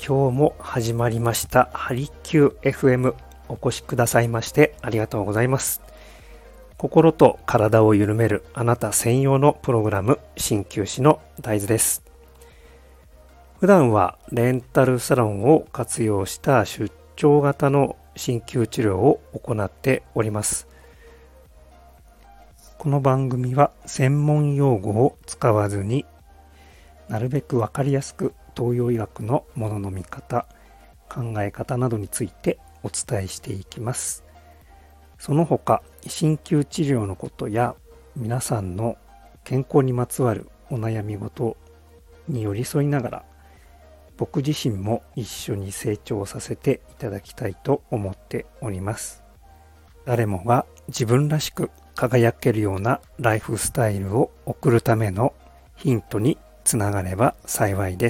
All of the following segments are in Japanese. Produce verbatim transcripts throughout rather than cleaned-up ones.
今日も始まりましたハリキュー エフエム。 お越しくださいましてありがとうございます。心と体を緩めるあなた専用のプログラム、鍼灸師の大豆です。普段はレンタルサロンを活用した出張型の鍼灸治療を行っております。この番組は専門用語を使わずになるべくわかりやすく東洋医学のものの見方、考え方などについてお伝えしていきます。その他、鍼灸治療のことや皆さんの健康にまつわるお悩み事に寄り添いながら、僕自身も一緒に成長させていただきたいと思っております。誰もが自分らしく輝けるようなライフスタイルを送るためのヒントにつながれば幸いです。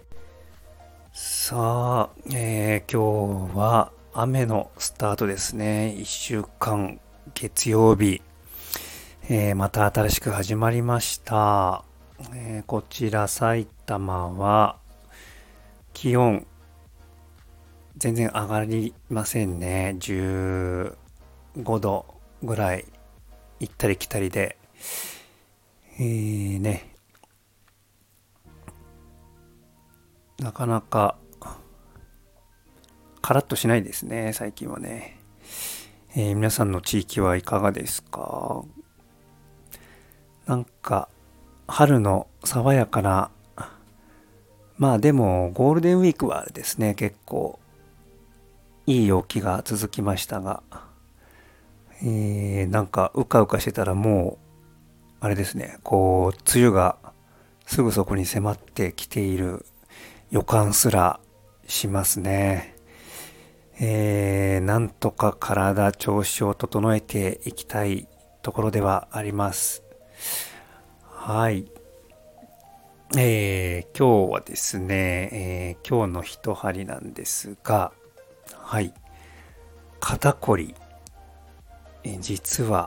さあ、えー、今日は雨のスタートですね。いっしゅうかん月曜日、えー、また新しく始まりました。えー、こちら埼玉は気温全然上がりませんね。じゅうごどぐらい行ったり来たりで、えー、ねなかなかカラッとしないですね、最近はね。えー、皆さんの地域はいかがですか？なんか春の爽やかな、まあでもゴールデンウィークはですね、結構いい陽気が続きましたが、えー、なんかうかうかしてたらもうあれですね、こう梅雨がすぐそこに迫ってきている予感すらしますね。えー、なんとか体調子を整えていきたいところではあります。はい。えー、今日はですね、えー、今日の一針なんですが、はい。肩こり、えー、実は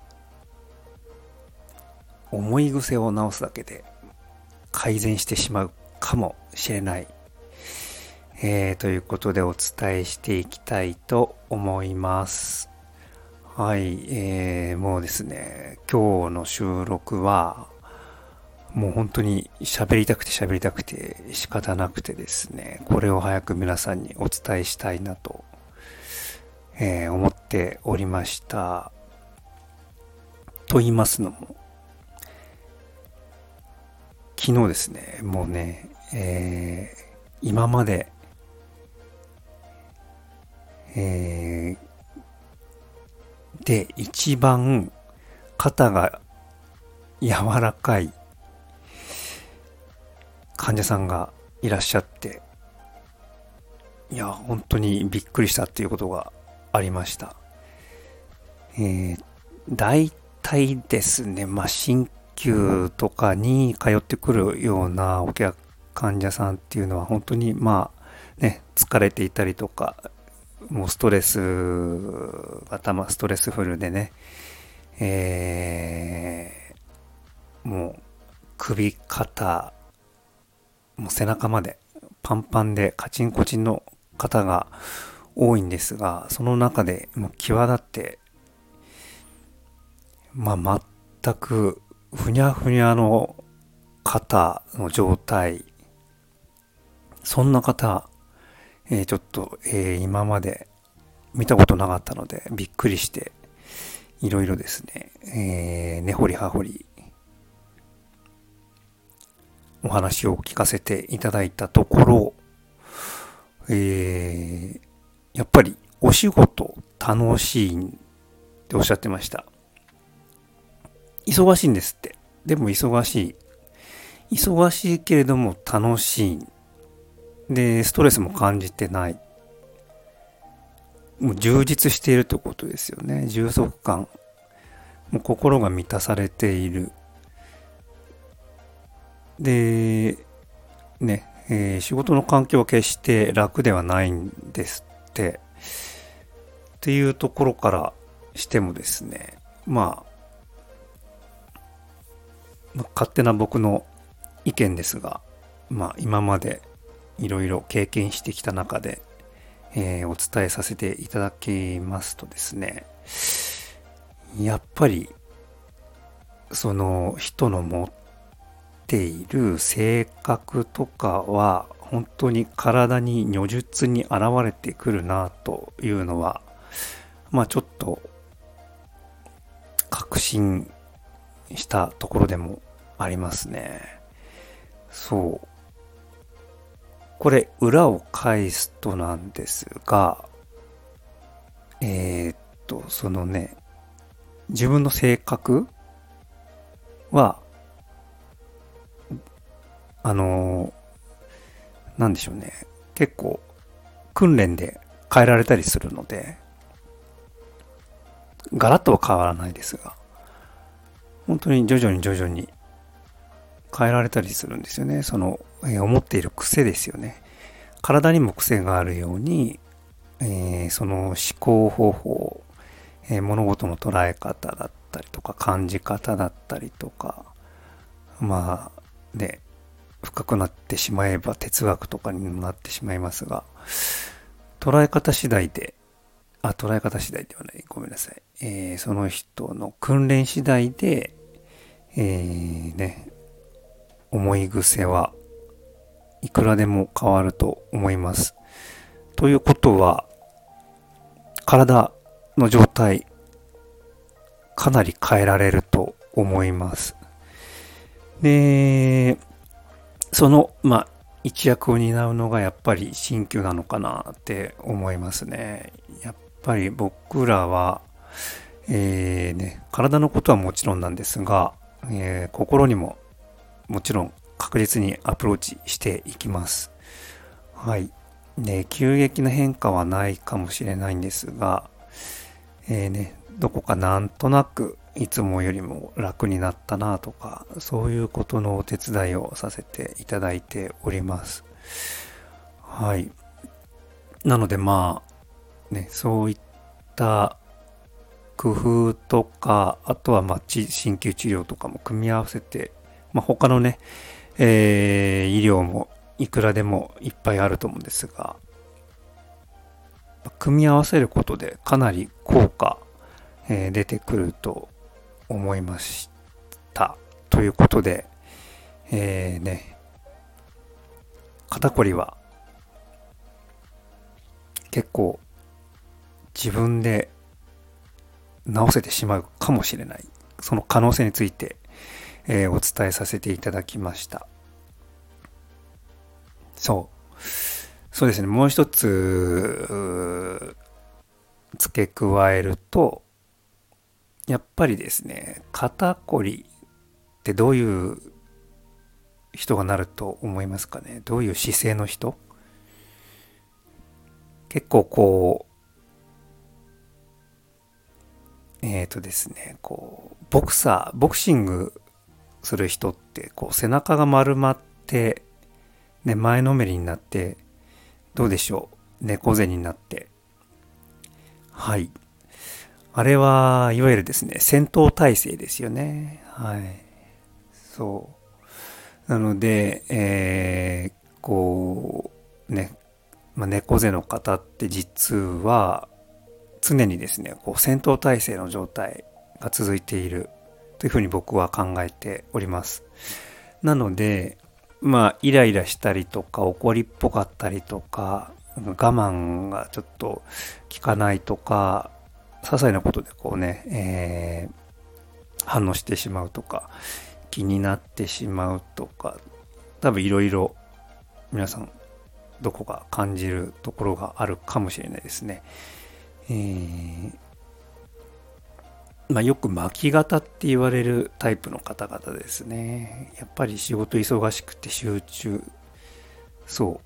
思い癖を直すだけで改善してしまうかもしれない。えー、ということでお伝えしていきたいと思います。はい、えー、もうですね、今日の収録はもう本当に喋りたくて喋りたくて仕方なくてですね、これを早く皆さんにお伝えしたいなと、えー、思っておりました。と言いますのも、昨日ですね、もうね、えー、今までえー、で一番肩が柔らかい患者さんがいらっしゃって、いや本当にびっくりしたっていうことがありました。えー、大体ですね、まあ鍼灸とかに通ってくるようなお客患者さんっていうのは本当にまあね、疲れていたりとか、もうストレス、頭ストレスフルでね、えー、もう首、肩、もう背中までパンパンでカチンコチンの方が多いんですが、その中でもう際立って、まあ全くふにゃふにゃの肩の状態、そんな方、えー、ちょっと、えー、今まで見たことなかったのでびっくりして、いろいろですね、えー、根掘り葉掘りお話を聞かせていただいたところ、えー、やっぱりお仕事楽しいっておっしゃってました。忙しいんですって。でも忙しい。忙しいけれども楽しい。で、ストレスも感じてない。もう充実しているということですよね。充足感。もう心が満たされている。で、ね、えー、仕事の環境は決して楽ではないんですって。っていうところからしてもですね、まあ、勝手な僕の意見ですが、まあ今までいろいろ経験してきた中で、えーお伝えさせていただきますとですね、やっぱりその人の持っている性格とかは本当に体に如実に現れてくるなというのは、まあちょっと確信したところでもありますね。そう。これ裏を返すとなんですが、えーっと、そのね、自分の性格は、あのーなんでしょうね。結構訓練で変えられたりするので、ガラッとは変わらないですが、本当に徐々に徐々に変えられたりするんですよね。その、えー思っている癖ですよね。体にも癖があるように、えーその思考方法、えー物事の捉え方だったりとか感じ方だったりとか、まあね、深くなってしまえば哲学とかにもなってしまいますが、捉え方次第で、あ、捉え方次第ではない、ごめんなさい。えーその人の訓練次第で、えーね、思い癖はいくらでも変わると思います。ということは、体の状態、かなり変えられると思います。で、その、まあ、一役を担うのがやっぱり鍼灸なのかなって思いますね。やっぱり僕らは、えーね、体のことはもちろんなんですが、えー心にももちろん確実にアプローチしていきます。はい。ね、急激な変化はないかもしれないんですが、えーね、どこかなんとなくいつもよりも楽になったなとか、そういうことのお手伝いをさせていただいております。はい。なのでまあ、ね、そういった工夫とか、あとはまあ、鍼灸治療とかも組み合わせて、まあ他のね、えー医療もいくらでもいっぱいあると思うんですが、組み合わせることでかなり効果、えー出てくると思いました。ということで、えーね、肩こりは結構自分で治せてしまうかもしれない。その可能性について、えーお伝えさせていただきました。そう。そうですね。もう一つ、付け加えると、やっぱりですね、肩こりってどういう人がなると思いますかね。どういう姿勢の人、結構こう、えーとですね、こう、ボクサー、ボクシングする人って、こう、背中が丸まって、ね、前のめりになって、どうでしょう。猫背になって。はい。あれは、いわゆるですね、戦闘態勢ですよね。はい。そう。なので、えー、こう、ね、まあ、猫背の方って実は、常にですね、こう戦闘態勢の状態が続いているというふうに僕は考えております。なので、まあ、イライラしたりとか、怒りっぽかったりとか、我慢がちょっと効かないとか、些細なことでこうね、えー反応してしまうとか、気になってしまうとか、多分いろいろ皆さんどこか感じるところがあるかもしれないですね。えーまあ、よく巻き型って言われるタイプの方々ですね。やっぱり仕事忙しくて集中。そう。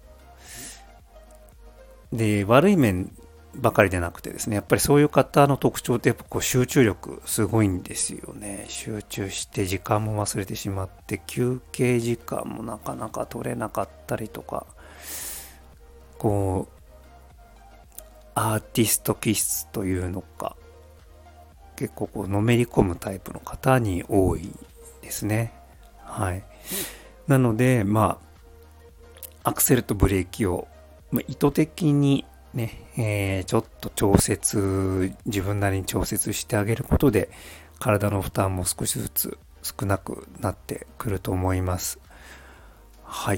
で、悪い面ばかりでなくてですね、やっぱりそういう方の特徴ってやっぱこう集中力すごいんですよね。集中して時間も忘れてしまって、休憩時間もなかなか取れなかったりとか、こう、アーティスト気質というのか、結構こうのめり込むタイプの方に多いですね。はい。なので、まあ、 アクセルとブレーキを、まあ、意図的にね、えー、ちょっと調節、自分なりに調節してあげることで、体の負担も少しずつ少なくなってくると思います。はい。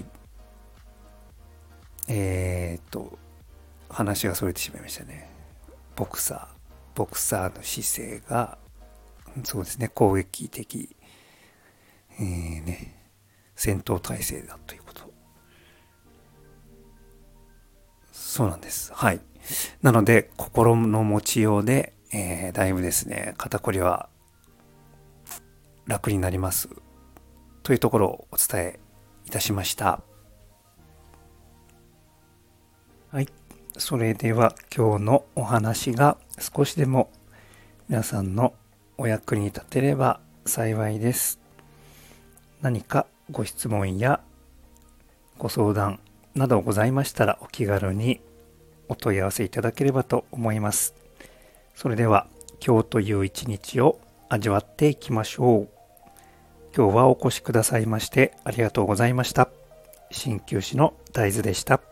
えーっと、話がそれてしまいましたね。ボクサー、ボクサーの姿勢が、そうですね、攻撃的、えー、ね、戦闘態勢だということ。そうなんです。はい。なので、心の持ちようで、えー、だいぶですね、肩こりは楽になります。というところをお伝えいたしました。はい。それでは今日のお話が少しでも皆さんのお役に立てれば幸いです。何かご質問やご相談などございましたらお気軽にお問い合わせいただければと思います。それでは今日という一日を味わっていきましょう。今日はお越しくださいましてありがとうございました。鍼灸師の大豆でした。